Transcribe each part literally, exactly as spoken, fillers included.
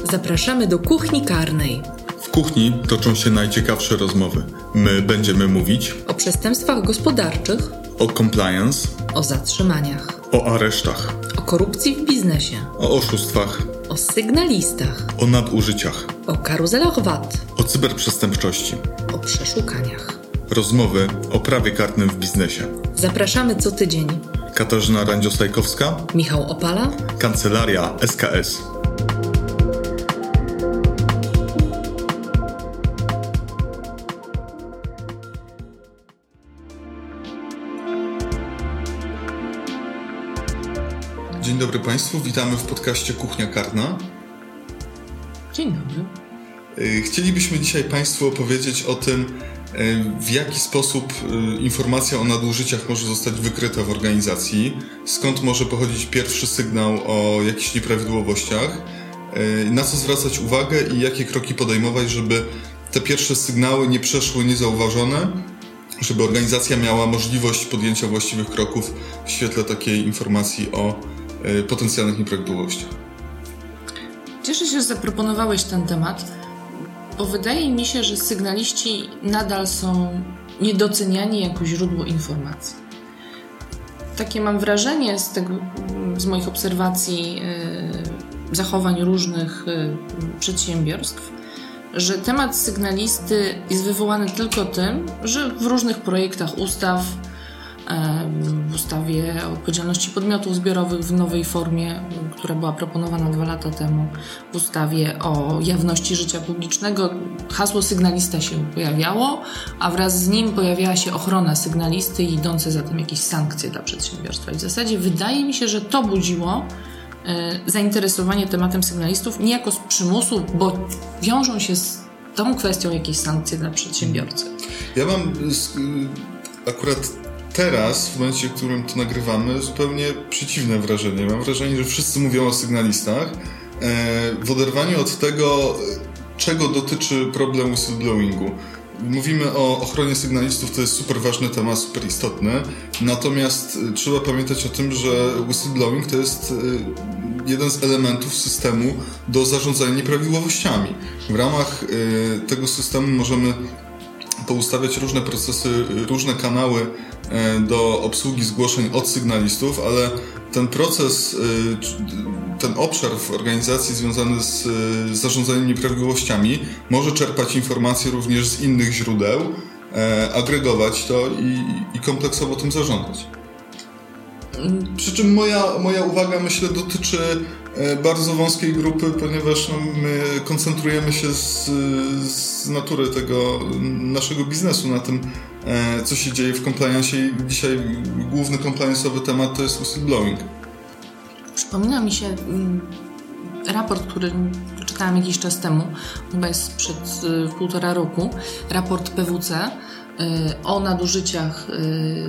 Zapraszamy do kuchni karnej. W kuchni toczą się najciekawsze rozmowy. My będziemy mówić o przestępstwach gospodarczych, o compliance, o zatrzymaniach, o aresztach, o korupcji w biznesie, o oszustwach, o sygnalistach, o nadużyciach, o karuzelach V A T, o cyberprzestępczości, o przeszukaniach. Rozmowy o prawie karnym w biznesie. Zapraszamy co tydzień. Katarzyna Randziostajkowska, Michał Opala, Kancelaria S K S. Dzień dobry Państwu, witamy w podcaście Kuchnia Karna. Dzień dobry. Chcielibyśmy dzisiaj Państwu opowiedzieć o tym, w jaki sposób informacja o nadużyciach może zostać wykryta w organizacji, skąd może pochodzić pierwszy sygnał o jakichś nieprawidłowościach, na co zwracać uwagę i jakie kroki podejmować, żeby te pierwsze sygnały nie przeszły niezauważone, żeby organizacja miała możliwość podjęcia właściwych kroków w świetle takiej informacji o potencjalnych nieprawidłowościach. Cieszę się, że zaproponowałeś ten temat, bo wydaje mi się, że sygnaliści nadal są niedoceniani jako źródło informacji. Takie mam wrażenie z, tego, z moich obserwacji yy, zachowań różnych yy, przedsiębiorstw, że temat sygnalisty jest wywołany tylko tym, że w różnych projektach ustaw, w ustawie o odpowiedzialności podmiotów zbiorowych w nowej formie, która była proponowana dwa lata temu, w ustawie o jawności życia publicznego, hasło sygnalista się pojawiało, a wraz z nim pojawiała się ochrona sygnalisty i idące za tym jakieś sankcje dla przedsiębiorstwa. I w zasadzie wydaje mi się, że to budziło zainteresowanie tematem sygnalistów niejako z przymusu, bo wiążą się z tą kwestią jakieś sankcje dla przedsiębiorcy. Ja mam akurat teraz, w momencie, w którym to nagrywamy, zupełnie przeciwne wrażenie. Mam wrażenie, że wszyscy mówią o sygnalistach w oderwaniu od tego, czego dotyczy problem whistleblowingu. Mówimy o ochronie sygnalistów, to jest super ważny temat, super istotny, natomiast trzeba pamiętać o tym, że whistleblowing to jest jeden z elementów systemu do zarządzania nieprawidłowościami. W ramach tego systemu możemy poustawiać różne procesy, różne kanały do obsługi zgłoszeń od sygnalistów, ale ten proces, ten obszar w organizacji związany z zarządzaniem nieprawidłowościami może czerpać informacje również z innych źródeł, agregować to i, i kompleksowo tym zarządzać. Przy czym moja, moja uwaga, myślę, dotyczy bardzo wąskiej grupy, ponieważ no, my koncentrujemy się z, z natury tego naszego biznesu na tym, co się dzieje w compliance i dzisiaj główny compliance'owy temat to jest whistleblowing. Przypomina mi się mm, raport, który czytałam jakiś czas temu, chyba jest sprzed y, półtora roku, raport P W C y, o nadużyciach y,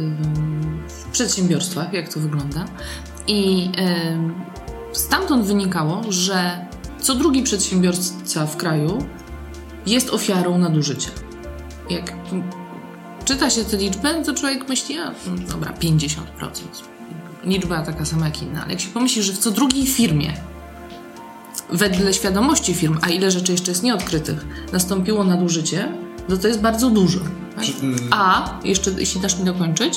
w przedsiębiorstwach, jak to wygląda. I y, stamtąd wynikało, że co drugi przedsiębiorca w kraju jest ofiarą nadużycia. Jak czyta się tę liczbę, to człowiek myśli, a no dobra, pięćdziesiąt procent. Liczba taka sama jak inna. Ale jak się pomyśli, że w co drugiej firmie, wedle świadomości firm, a ile rzeczy jeszcze jest nieodkrytych, nastąpiło nadużycie, to to jest bardzo dużo. Tak? A, jeszcze jeśli dasz mi dokończyć,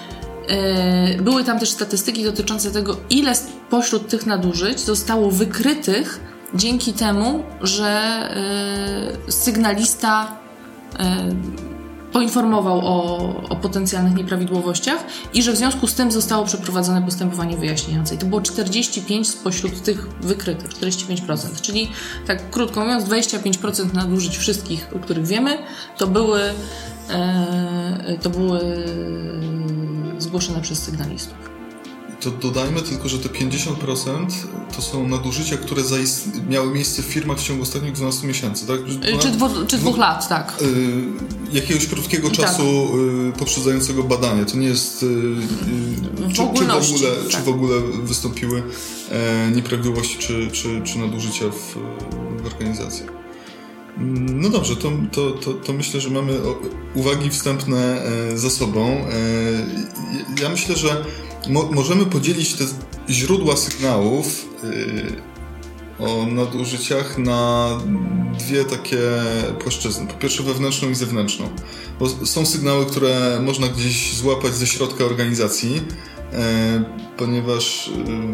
yy, były tam też statystyki dotyczące tego, ile pośród tych nadużyć zostało wykrytych dzięki temu, że yy, sygnalista yy, poinformował o, o potencjalnych nieprawidłowościach i że w związku z tym zostało przeprowadzone postępowanie wyjaśniające. I to było czterdzieści pięć spośród tych wykrytych, czterdzieści pięć procent. Czyli tak krótko mówiąc, dwadzieścia pięć procent nadużyć wszystkich, o których wiemy, to były, e, to były zgłoszone przez sygnalistów. To dodajmy tylko, że te pięćdziesiąt procent to są nadużycia, które zaist- miały miejsce w firmach w ciągu ostatnich dwunastu miesięcy, tak? Czy, dwu, czy dwóch lat, tak. Y, jakiegoś krótkiego czasu tak. y, poprzedzającego badanie. To nie jest... Y, y, czy, czy, w ogóle, tak. czy w ogóle wystąpiły e, nieprawidłowości czy, czy, czy nadużycia w, w organizacji. No dobrze, to, to, to, to myślę, że mamy uwagi wstępne e, za sobą. E, ja myślę, że Mo- możemy podzielić te źródła sygnałów, yy, o nadużyciach na dwie takie płaszczyzny. Po pierwsze wewnętrzną i zewnętrzną. Bo są sygnały, które można gdzieś złapać ze środka organizacji, e, ponieważ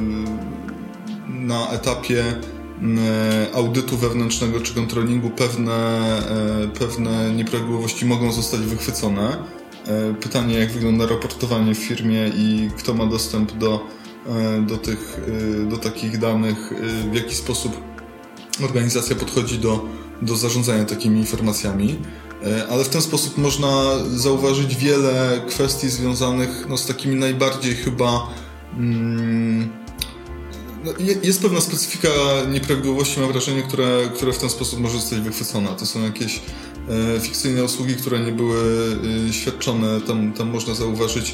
e, na etapie e, audytu wewnętrznego czy kontrolingu pewne, e, pewne nieprawidłowości mogą zostać wychwycone. E, pytanie, jak wygląda raportowanie w firmie i kto ma dostęp do Do, tych, do takich danych, w jaki sposób organizacja podchodzi do, do zarządzania takimi informacjami, ale w ten sposób można zauważyć wiele kwestii związanych no, z takimi najbardziej chyba mm, no, jest pewna specyfika nieprawidłowości, mam wrażenie, które, które w ten sposób może zostać wychwycona. To są jakieś e, fikcyjne usługi, które nie były e, świadczone, tam, tam można zauważyć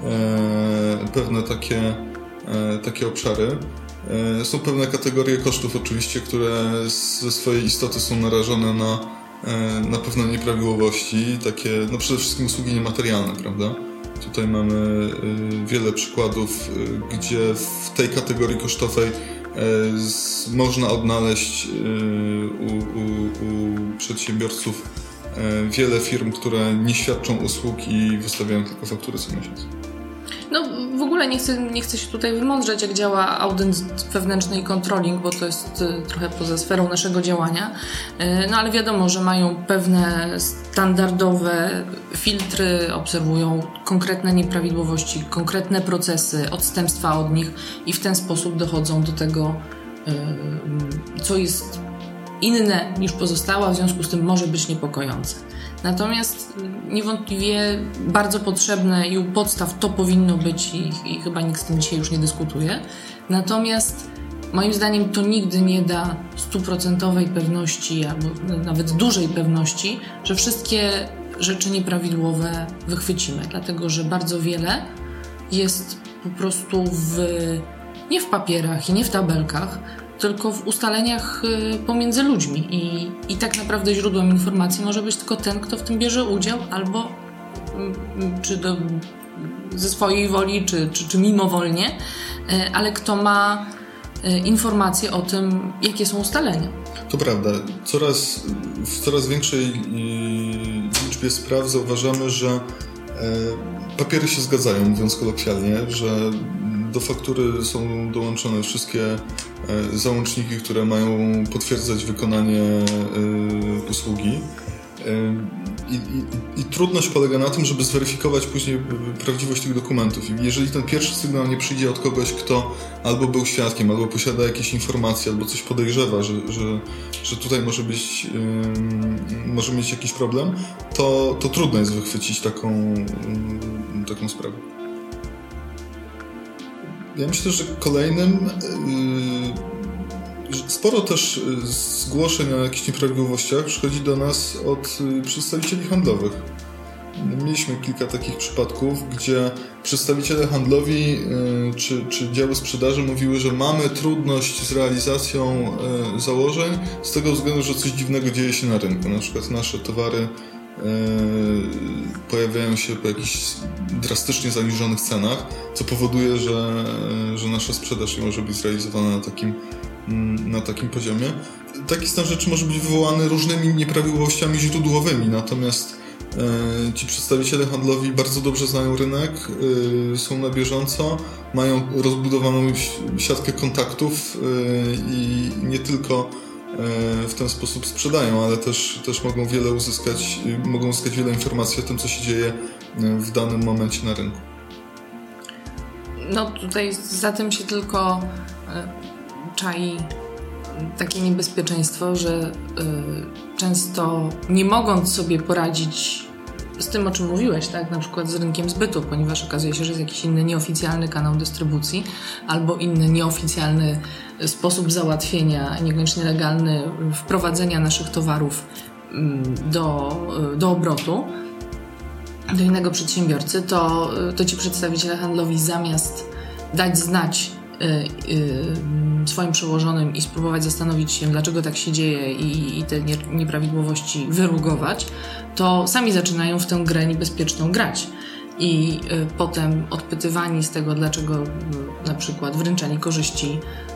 e, pewne takie takie obszary. Są pewne kategorie kosztów oczywiście, które ze swojej istoty są narażone na, na pewne nieprawidłowości, takie no przede wszystkim usługi niematerialne, prawda? Tutaj mamy wiele przykładów, gdzie w tej kategorii kosztowej można odnaleźć u, u, u przedsiębiorców wiele firm, które nie świadczą usług i wystawiają tylko faktury co miesiąc. No w ogóle nie chcę, nie chcę się tutaj wymądrzeć, jak działa audyt wewnętrzny i controlling, bo to jest trochę poza sferą naszego działania. No ale wiadomo, że mają pewne standardowe filtry, obserwują konkretne nieprawidłowości, konkretne procesy, odstępstwa od nich i w ten sposób dochodzą do tego, co jest inne niż pozostałe, a w związku z tym może być niepokojące. Natomiast niewątpliwie bardzo potrzebne i u podstaw to powinno być i, i chyba nikt z tym dzisiaj już nie dyskutuje. Natomiast moim zdaniem to nigdy nie da stuprocentowej pewności albo nawet dużej pewności, że wszystkie rzeczy nieprawidłowe wychwycimy, dlatego że bardzo wiele jest po prostu w, nie w papierach i nie w tabelkach, tylko w ustaleniach pomiędzy ludźmi i, i tak naprawdę źródłem informacji może być tylko ten, kto w tym bierze udział albo czy do, ze swojej woli, czy, czy, czy mimowolnie, ale kto ma informacje o tym, jakie są ustalenia. To prawda. Coraz, w coraz większej liczbie spraw zauważamy, że papiery się zgadzają, mówiąc kolokwialnie, że do faktury są dołączone wszystkie załączniki, które mają potwierdzać wykonanie usługi. I, i, I trudność polega na tym, żeby zweryfikować później prawdziwość tych dokumentów. I jeżeli ten pierwszy sygnał nie przyjdzie od kogoś, kto albo był świadkiem, albo posiada jakieś informacje, albo coś podejrzewa, że, że, że tutaj może być, yy, może mieć jakiś problem, to, to trudno jest wychwycić taką, yy, taką sprawę. Ja myślę, że kolejnym yy, sporo też zgłoszeń o jakichś nieprawidłowościach przychodzi do nas od przedstawicieli handlowych. Mieliśmy kilka takich przypadków, gdzie przedstawiciele handlowi yy, czy, czy działy sprzedaży mówiły, że mamy trudność z realizacją yy, założeń z tego względu, że coś dziwnego dzieje się na rynku. Na przykład nasze towary pojawiają się po jakichś drastycznie zaniżonych cenach, co powoduje, że, że nasza sprzedaż nie może być zrealizowana na takim, na takim poziomie. Taki stan rzeczy może być wywołany różnymi nieprawidłowościami źródłowymi, natomiast ci przedstawiciele handlowi bardzo dobrze znają rynek, są na bieżąco, mają rozbudowaną siatkę kontaktów i nie tylko w ten sposób sprzedają, ale też, też mogą wiele uzyskać, mogą uzyskać wiele informacji o tym, co się dzieje w danym momencie na rynku. No tutaj za tym się tylko czai takie niebezpieczeństwo, że często nie mogąc sobie poradzić z tym, o czym mówiłeś, tak, na przykład z rynkiem zbytu, ponieważ okazuje się, że jest jakiś inny nieoficjalny kanał dystrybucji albo inny nieoficjalny sposób załatwienia, niekoniecznie legalny, wprowadzenia naszych towarów do, do obrotu, do innego przedsiębiorcy, to, to ci przedstawiciele handlowi zamiast dać znać y, y, swoim przełożonym i spróbować zastanowić się, dlaczego tak się dzieje i, i te nie, nieprawidłowości wyrugować, to sami zaczynają w tę grę niebezpieczną grać. I y, potem odpytywani z tego, dlaczego y, na przykład wręczali korzyści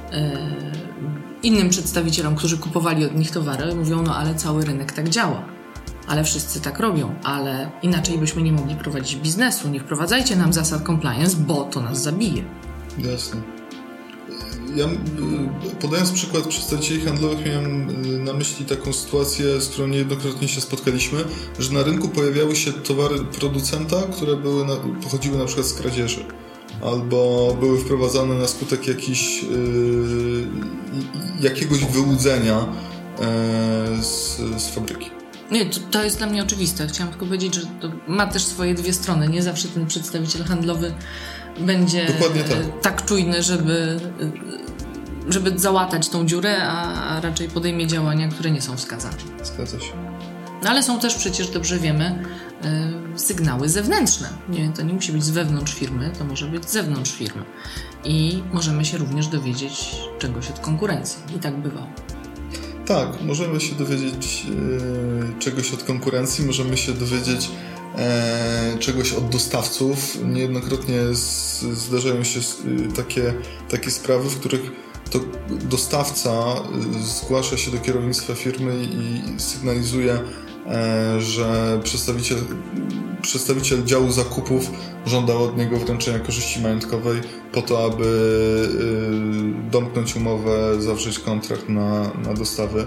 innym przedstawicielom, którzy kupowali od nich towary, mówią, no ale cały rynek tak działa. Ale wszyscy tak robią, ale inaczej byśmy nie mogli prowadzić biznesu. Nie wprowadzajcie nam zasad compliance, bo to nas zabije. Jasne. Ja podając przykład przedstawicieli handlowych miałem na myśli taką sytuację, z którą niejednokrotnie się spotkaliśmy, że na rynku pojawiały się towary producenta, które były na, pochodziły na przykład z kradzieży albo były wprowadzane na skutek jakiś, yy, jakiegoś wyłudzenia yy, z, z fabryki. Nie, to, to jest dla mnie oczywiste. Chciałam tylko powiedzieć, że to ma też swoje dwie strony. Nie zawsze ten przedstawiciel handlowy będzie tak. tak czujny, żeby, żeby załatać tą dziurę, a raczej podejmie działania, które nie są wskazane. Zgadza się. No ale są też przecież, dobrze wiemy, yy, sygnały zewnętrzne. Nie, to nie musi być z wewnątrz firmy, to może być z zewnątrz firmy. I możemy się również dowiedzieć czegoś od konkurencji. I tak bywało. Tak, możemy się dowiedzieć yy, czegoś od konkurencji, możemy się dowiedzieć e, czegoś od dostawców. Niejednokrotnie z, zdarzają się y, takie, takie sprawy, w których to dostawca y, zgłasza się do kierownictwa firmy i sygnalizuje, e, że przedstawiciel, przedstawiciel działu zakupów żądał od niego wręczenia korzyści majątkowej po to, aby y, domknąć umowę, zawrzeć kontrakt na, na dostawy.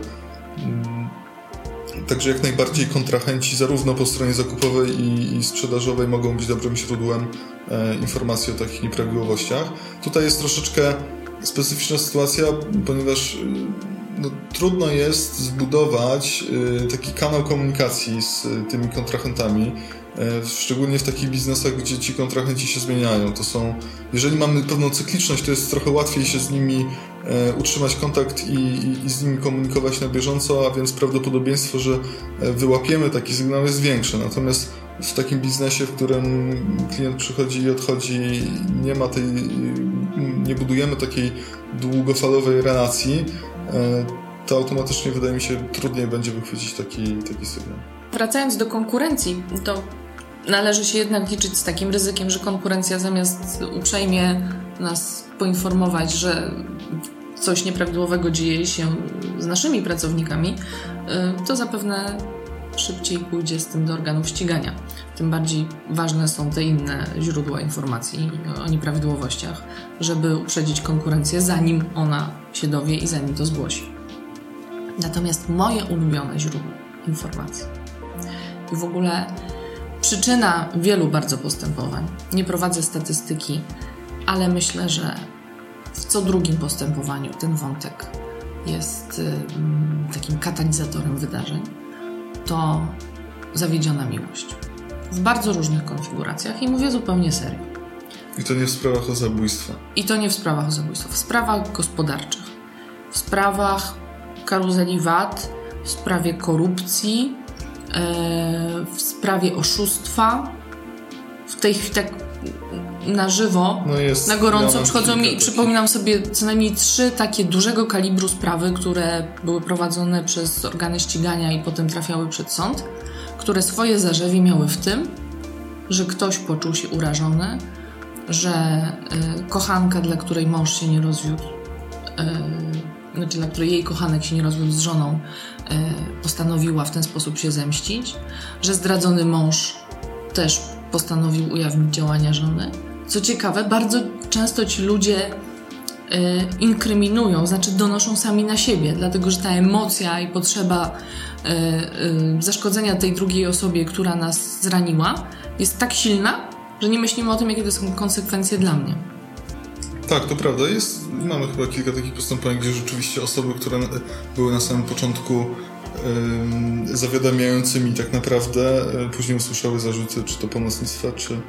Także jak najbardziej kontrahenci zarówno po stronie zakupowej i, i sprzedażowej mogą być dobrym źródłem e, informacji o takich nieprawidłowościach. Tutaj jest troszeczkę specyficzna sytuacja, ponieważ no, trudno jest zbudować y, taki kanał komunikacji z y, tymi kontrahentami, y, szczególnie w takich biznesach, gdzie ci kontrahenci się zmieniają. To są, jeżeli mamy pewną cykliczność, to jest trochę łatwiej się z nimi y, utrzymać kontakt i, i, i z nimi komunikować na bieżąco, a więc prawdopodobieństwo, że wyłapiemy taki sygnał jest większe. Natomiast w takim biznesie, w którym klient przychodzi i odchodzi, nie ma tej, nie budujemy takiej długofalowej relacji, to automatycznie wydaje mi się trudniej będzie wychwycić taki, taki sygnał. Wracając do konkurencji, to należy się jednak liczyć z takim ryzykiem, że konkurencja zamiast uprzejmie nas poinformować, że coś nieprawidłowego dzieje się z naszymi pracownikami, to zapewne szybciej pójdzie z tym do organów ścigania. Tym bardziej ważne są te inne źródła informacji o nieprawidłowościach, żeby uprzedzić konkurencję, zanim ona się dowie i zanim to zgłosi. Natomiast moje ulubione źródło informacji i w ogóle przyczyna wielu bardzo postępowań, nie prowadzę statystyki, ale myślę, że w co drugim postępowaniu ten wątek jest um, takim katalizatorem wydarzeń, to zawiedziona miłość. W bardzo różnych konfiguracjach i mówię zupełnie serio. I to nie w sprawach o zabójstwa. I to nie w sprawach o zabójstwa. W sprawach gospodarczych. W sprawach karuzeli V A T, w sprawie korupcji, yy, w sprawie oszustwa. W tej chwili tak na żywo, no jest, na gorąco przychodzą mi, przypominam sobie co najmniej trzy takie dużego kalibru sprawy, które były prowadzone przez organy ścigania i potem trafiały przed sąd, które swoje zarzewie miały w tym, że ktoś poczuł się urażony, że y, kochanka, dla której mąż się nie rozwiódł, y, znaczy dla której jej kochanek się nie rozwiódł z żoną, y, postanowiła w ten sposób się zemścić, że zdradzony mąż też postanowił ujawnić działania żony. Co ciekawe, bardzo często ci ludzie y, inkryminują, znaczy donoszą sami na siebie, dlatego że ta emocja i potrzeba y, y, zaszkodzenia tej drugiej osobie, która nas zraniła, jest tak silna, że nie myślimy o tym, jakie to są konsekwencje dla mnie. Tak, to prawda. Jest, mamy chyba kilka takich postępowań, gdzie rzeczywiście osoby, które były na samym początku y, zawiadamiającymi tak naprawdę, y, później usłyszały zarzuty, czy to pomocnictwa, czy, y,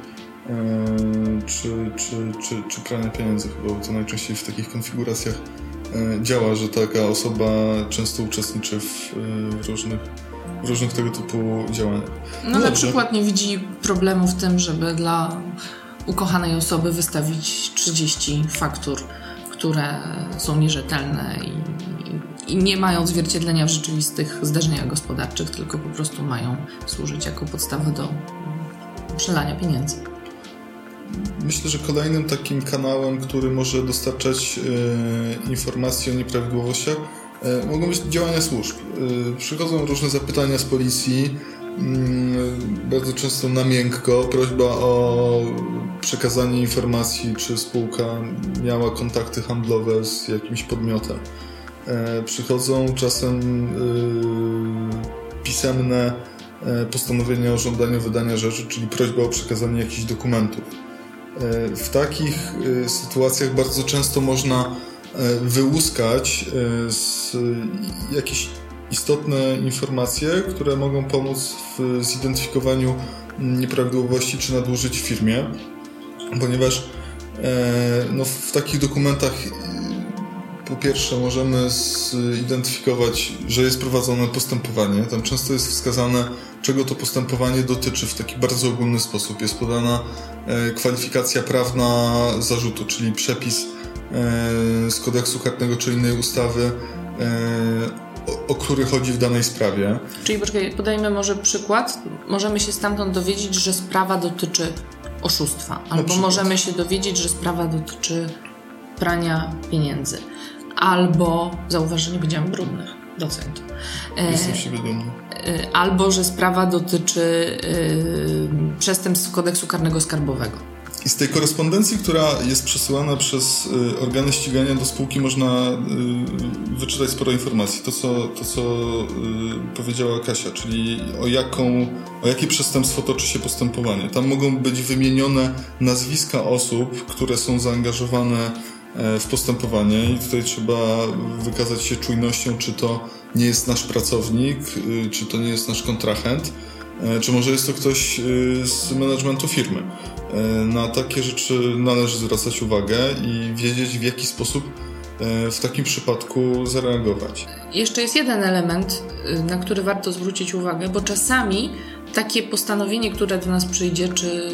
czy, czy, czy, czy prania pieniędzy. Chyba to najczęściej w takich konfiguracjach y, działa, że taka osoba często uczestniczy w, y, w różnych w różnych tego typu działaniach. No, no na dobrze. Przykład nie widzi problemu w tym, żeby dla ukochanej osoby wystawić trzydzieści faktur, które są nierzetelne i, i, i nie mają odzwierciedlenia w rzeczywistych zdarzeniach gospodarczych, tylko po prostu mają służyć jako podstawa do przelania pieniędzy. myślę, że kolejnym takim kanałem, który może dostarczać e, informacji o nieprawidłowościach, e, mogą być działania służb. E, przychodzą różne zapytania z policji, mm, bardzo często na miękko, prośba o przekazanie informacji, czy spółka miała kontakty handlowe z jakimś podmiotem. E, przychodzą czasem e, pisemne e, postanowienia o żądaniu wydania rzeczy, czyli prośba o przekazanie jakichś dokumentów. E, w takich e, sytuacjach bardzo często można e, wyłuskać e, z, e, jakieś istotne informacje, które mogą pomóc w zidentyfikowaniu nieprawidłowości czy nadużyć w firmie, ponieważ e, no, w takich dokumentach po pierwsze możemy zidentyfikować, że jest prowadzone postępowanie. Tam często jest wskazane, czego to postępowanie dotyczy w taki bardzo ogólny sposób. Jest podana e, kwalifikacja prawna zarzutu, czyli przepis e, z kodeksu karnego czy innej ustawy, e, o, o który chodzi w danej sprawie. Czyli poczekaj, podajmy może przykład. Możemy się stamtąd dowiedzieć, że sprawa dotyczy oszustwa. Albo możemy się dowiedzieć, że sprawa dotyczy prania pieniędzy. Albo, zauważ, że nie powiedziałam brudnych, doceń to. Jestem siebie dumny. Albo, że sprawa dotyczy y, przestępstw kodeksu karnego skarbowego. I z tej korespondencji, która jest przesyłana przez y, organy ścigania do spółki, można y, wyczytać sporo informacji. To, co, to, co y, powiedziała Kasia, czyli o, jaką, o jakie przestępstwo toczy się postępowanie. Tam mogą być wymienione nazwiska osób, które są zaangażowane w postępowanie i tutaj trzeba wykazać się czujnością, czy to nie jest nasz pracownik, czy to nie jest nasz kontrahent, czy może jest to ktoś z managementu firmy. Na takie rzeczy należy zwracać uwagę i wiedzieć, w jaki sposób w takim przypadku zareagować. Jeszcze jest jeden element, na który warto zwrócić uwagę, bo czasami takie postanowienie, które do nas przyjdzie, czy,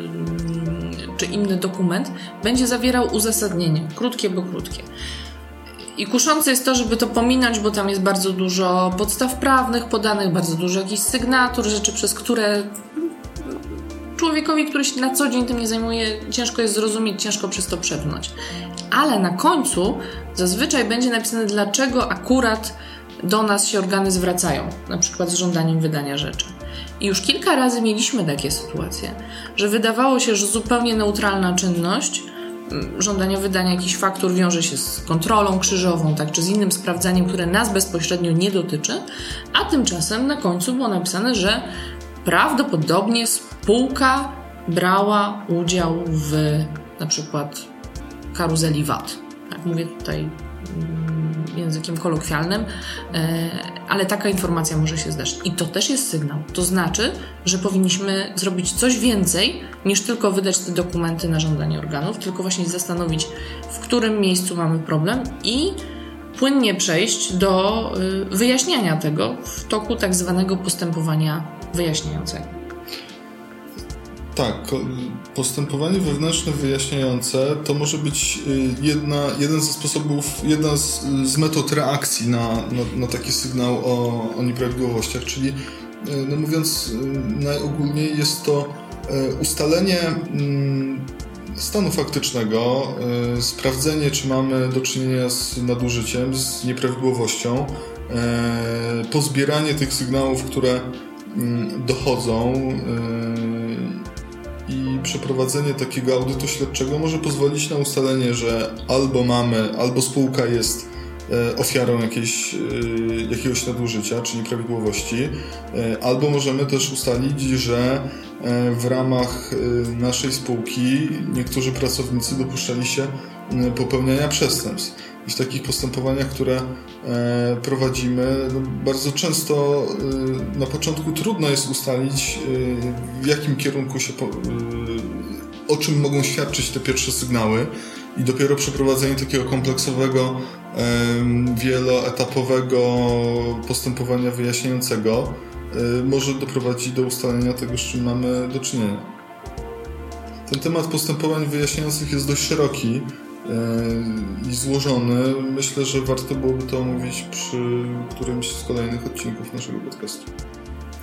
czy inny dokument, będzie zawierał uzasadnienie, krótkie, bo krótkie. I kuszące jest to, żeby to pominąć, bo tam jest bardzo dużo podstaw prawnych podanych, bardzo dużo jakichś sygnatur, rzeczy, przez które człowiekowi, który się na co dzień tym nie zajmuje, ciężko jest zrozumieć, ciężko przez to przebrnąć. Ale na końcu zazwyczaj będzie napisane, dlaczego akurat do nas się organy zwracają, na przykład z żądaniem wydania rzeczy. I już kilka razy mieliśmy takie sytuacje, że wydawało się, że zupełnie neutralna czynność, żądanie wydania jakichś faktur wiąże się z kontrolą krzyżową, tak, czy z innym sprawdzaniem, które nas bezpośrednio nie dotyczy, a tymczasem na końcu było napisane, że prawdopodobnie spółka brała udział w na przykład karuzeli V A T. Tak, mówię tutaj językiem kolokwialnym, ale taka informacja może się zdarzyć. I to też jest sygnał. To znaczy, że powinniśmy zrobić coś więcej, niż tylko wydać te dokumenty na żądanie organów, tylko właśnie zastanowić, w którym miejscu mamy problem i płynnie przejść do wyjaśniania tego w toku tak zwanego postępowania wyjaśniającego. Tak, postępowanie wewnętrzne wyjaśniające to może być jedna, jeden ze sposobów, jedna z, z metod reakcji na, na, na taki sygnał o, o nieprawidłowościach, czyli no mówiąc najogólniej jest to ustalenie stanu faktycznego, sprawdzenie, czy mamy do czynienia z nadużyciem, z nieprawidłowością, pozbieranie tych sygnałów, które dochodzą, i przeprowadzenie takiego audytu śledczego może pozwolić na ustalenie, że albo mamy, albo spółka jest ofiarą jakiejś, jakiegoś nadużycia czy nieprawidłowości, albo możemy też ustalić, że w ramach naszej spółki niektórzy pracownicy dopuszczali się popełniania przestępstw. I w takich postępowaniach, które prowadzimy, no bardzo często na początku trudno jest ustalić, w jakim kierunku się, o czym mogą świadczyć te pierwsze sygnały i dopiero przeprowadzenie takiego kompleksowego, wieloetapowego postępowania wyjaśniającego może doprowadzić do ustalenia tego, z czym mamy do czynienia. Ten temat postępowań wyjaśniających jest dość szeroki i złożony. Myślę, że warto byłoby to omówić przy którymś z kolejnych odcinków naszego podcastu.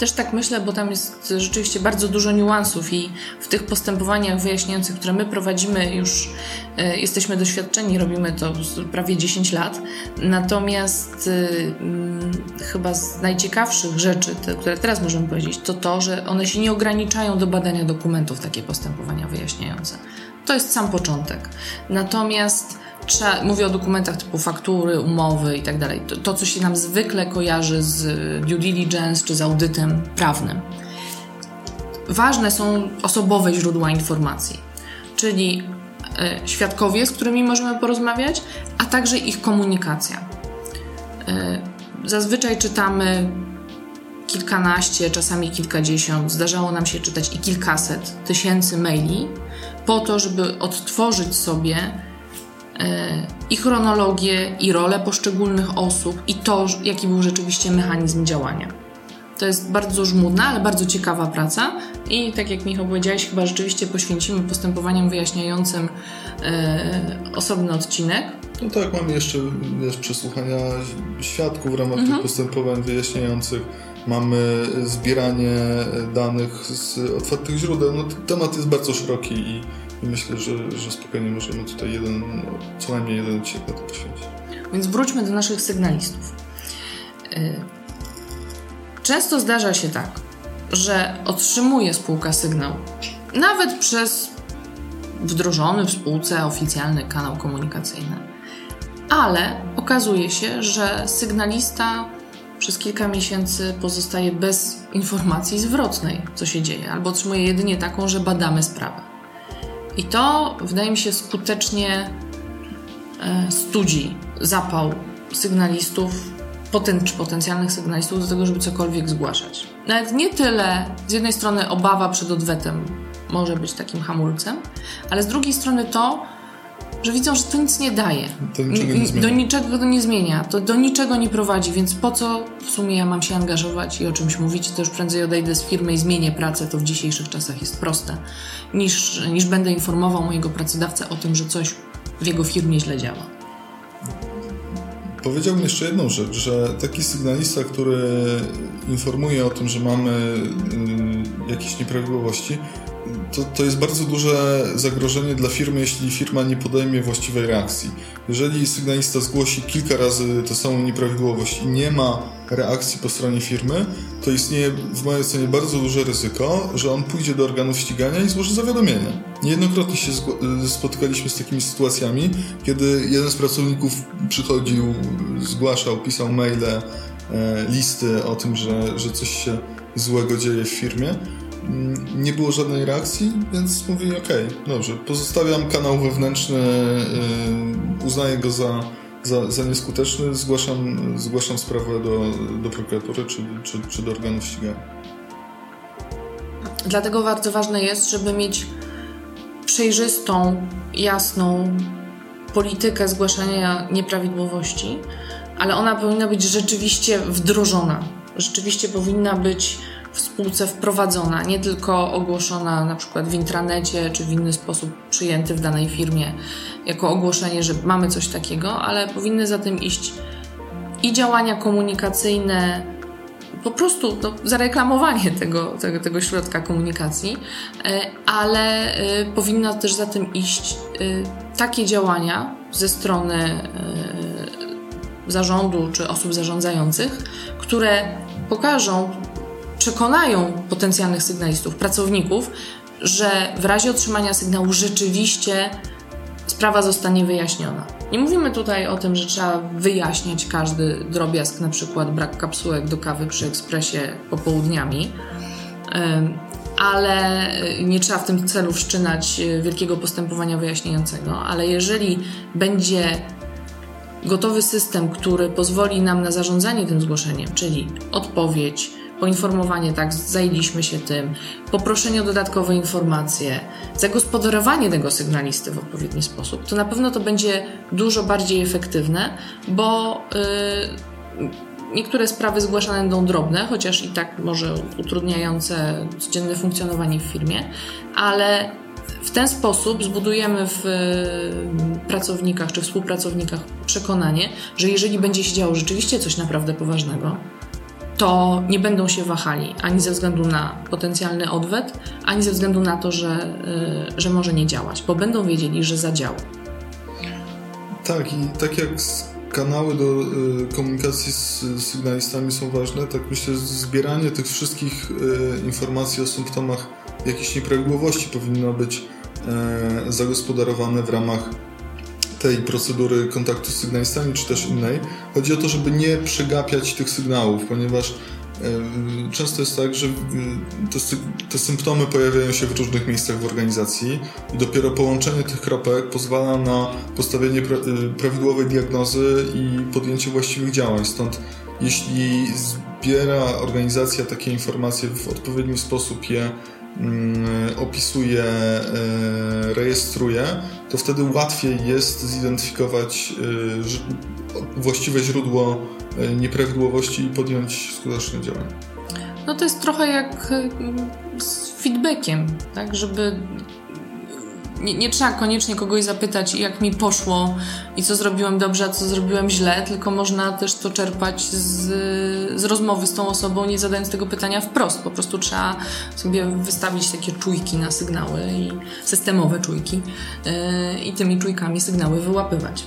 Też tak myślę, bo tam jest rzeczywiście bardzo dużo niuansów i w tych postępowaniach wyjaśniających, które my prowadzimy, już y, jesteśmy doświadczeni, robimy to prawie dziesięć lat. Natomiast y, y, chyba z najciekawszych rzeczy, te, które teraz możemy powiedzieć, to to, że one się nie ograniczają do badania dokumentów, takie postępowania wyjaśniające. To jest sam początek. Natomiast trzeba, mówię o dokumentach typu faktury, umowy i tak dalej. To, co się nam zwykle kojarzy z due diligence czy z audytem prawnym. Ważne są osobowe źródła informacji, czyli y, świadkowie, z którymi możemy porozmawiać, a także ich komunikacja. Y, zazwyczaj czytamy kilkanaście, czasami kilkadziesiąt, zdarzało nam się czytać i kilkaset tysięcy maili po to, żeby odtworzyć sobie i chronologię, i rolę poszczególnych osób, i to, jaki był rzeczywiście mechanizm działania. To jest bardzo żmudna, ale bardzo ciekawa praca i tak jak Michał powiedziałeś, chyba rzeczywiście poświęcimy postępowaniom wyjaśniającym e, osobny odcinek. No tak, mamy jeszcze wiesz, przesłuchania świadków w ramach mhm. tych postępowań wyjaśniających. Mamy zbieranie danych z otwartych źródeł. No, temat jest bardzo szeroki i I myślę, że, że spokojnie możemy tutaj jeden, no, co najmniej jeden odcinek na to poświęcić. Więc wróćmy do naszych sygnalistów. Często zdarza się tak, że otrzymuje spółka sygnał, nawet przez wdrożony w spółce oficjalny kanał komunikacyjny, ale okazuje się, że sygnalista przez kilka miesięcy pozostaje bez informacji zwrotnej, co się dzieje, albo otrzymuje jedynie taką, że badamy sprawę. I to, wydaje mi się, skutecznie e, studzi zapał sygnalistów, poten, czy potencjalnych sygnalistów do tego, żeby cokolwiek zgłaszać. Nawet nie tyle, z jednej strony obawa przed odwetem może być takim hamulcem, ale z drugiej strony to, że widzą, że to nic nie daje. To niczego nie zmienia. Do niczego to nie zmienia, to do niczego nie prowadzi, więc po co w sumie ja mam się angażować i o czymś mówić, to już prędzej odejdę z firmy i zmienię pracę, to w dzisiejszych czasach jest proste, niż, niż będę informował mojego pracodawcę o tym, że coś w jego firmie źle działa. Powiedziałbym jeszcze jedną rzecz, że taki sygnalista, który informuje o tym, że mamy y, jakieś nieprawidłowości, to, to jest bardzo duże zagrożenie dla firmy, jeśli firma nie podejmie właściwej reakcji. Jeżeli sygnalista zgłosi kilka razy tę samą nieprawidłowość i nie ma reakcji po stronie firmy, to istnieje w mojej ocenie bardzo duże ryzyko, że on pójdzie do organów ścigania i złoży zawiadomienie. Niejednokrotnie się spotykaliśmy z takimi sytuacjami, kiedy jeden z pracowników przychodził, zgłaszał, pisał maile, e, listy o tym, że, że coś się złego dzieje w firmie. Nie było żadnej reakcji, więc mówili, okej, okay, dobrze, pozostawiam kanał wewnętrzny, yy, uznaję go za, za, za nieskuteczny, zgłaszam, zgłaszam sprawę do, do prokuratury czy, czy, czy do organów ścigania. Dlatego bardzo ważne jest, żeby mieć przejrzystą, jasną politykę zgłaszania nieprawidłowości, ale ona powinna być rzeczywiście wdrożona. Rzeczywiście powinna być w spółce wprowadzona, nie tylko ogłoszona na przykład w intranecie czy w inny sposób przyjęty w danej firmie jako ogłoszenie, że mamy coś takiego, ale powinny za tym iść i działania komunikacyjne, po prostu no, zareklamowanie tego, tego, tego środka komunikacji, ale y, powinna też za tym iść y, takie działania ze strony y, zarządu czy osób zarządzających, które pokażą, przekonają potencjalnych sygnalistów, pracowników, że w razie otrzymania sygnału rzeczywiście sprawa zostanie wyjaśniona. Nie mówimy tutaj o tym, że trzeba wyjaśniać każdy drobiazg, na przykład brak kapsułek do kawy przy ekspresie popołudniami, ale nie trzeba w tym celu wszczynać wielkiego postępowania wyjaśniającego, ale jeżeli będzie gotowy system, który pozwoli nam na zarządzanie tym zgłoszeniem, czyli odpowiedź, poinformowanie, tak, zajęliśmy się tym, poproszenie o dodatkowe informacje, zagospodarowanie tego sygnalisty w odpowiedni sposób, to na pewno to będzie dużo bardziej efektywne, bo yy, niektóre sprawy zgłaszane będą drobne, chociaż i tak może utrudniające codzienne funkcjonowanie w firmie, ale w ten sposób zbudujemy w pracownikach czy współpracownikach przekonanie, że jeżeli będzie się działo rzeczywiście coś naprawdę poważnego, to nie będą się wahali ani ze względu na potencjalny odwet, ani ze względu na to, że, yy, że może nie działać, bo będą wiedzieli, że zadziała. Tak, i tak jak kanały do y, komunikacji z sygnalistami są ważne, tak myślę, że zbieranie tych wszystkich y, informacji o symptomach jakichś nieprawidłowości powinno być y, zagospodarowane w ramach tej procedury kontaktu z sygnalistami, czy też innej. Chodzi o to, żeby nie przegapiać tych sygnałów, ponieważ y, często jest tak, że y, te, te symptomy pojawiają się w różnych miejscach w organizacji i dopiero połączenie tych kropek pozwala na postawienie pra, y, prawidłowej diagnozy i podjęcie właściwych działań. Stąd jeśli zbiera organizacja takie informacje w odpowiedni sposób, je opisuje, rejestruje, to wtedy łatwiej jest zidentyfikować właściwe źródło nieprawidłowości i podjąć skuteczne działania. No to jest trochę jak z feedbackiem, tak, żeby nie, nie trzeba koniecznie kogoś zapytać, jak mi poszło i co zrobiłem dobrze, a co zrobiłem źle, tylko można też to czerpać z, z rozmowy z tą osobą, nie zadając tego pytania wprost. Po prostu trzeba sobie wystawić takie czujki na sygnały, i systemowe czujki yy, i tymi czujkami sygnały wyłapywać.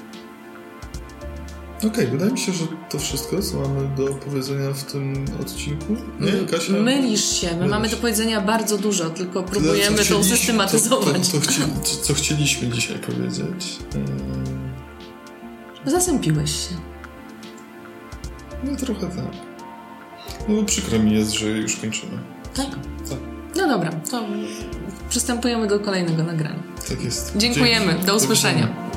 Okej, okay, wydaje mi się, że to wszystko, co mamy do powiedzenia w tym odcinku. Nie, Kasia? Mylisz się, my Mylisz. mamy do powiedzenia bardzo dużo, tylko próbujemy to, to usystematyzować. To, to, to chci, co chcieliśmy dzisiaj powiedzieć? Yy... Zasępiłeś się. No trochę tak. No bo przykro mi jest, że już kończymy. Tak? Tak. No dobra, to przystępujemy do kolejnego nagrania. Tak jest. Dziękujemy, Dzięki. do usłyszenia.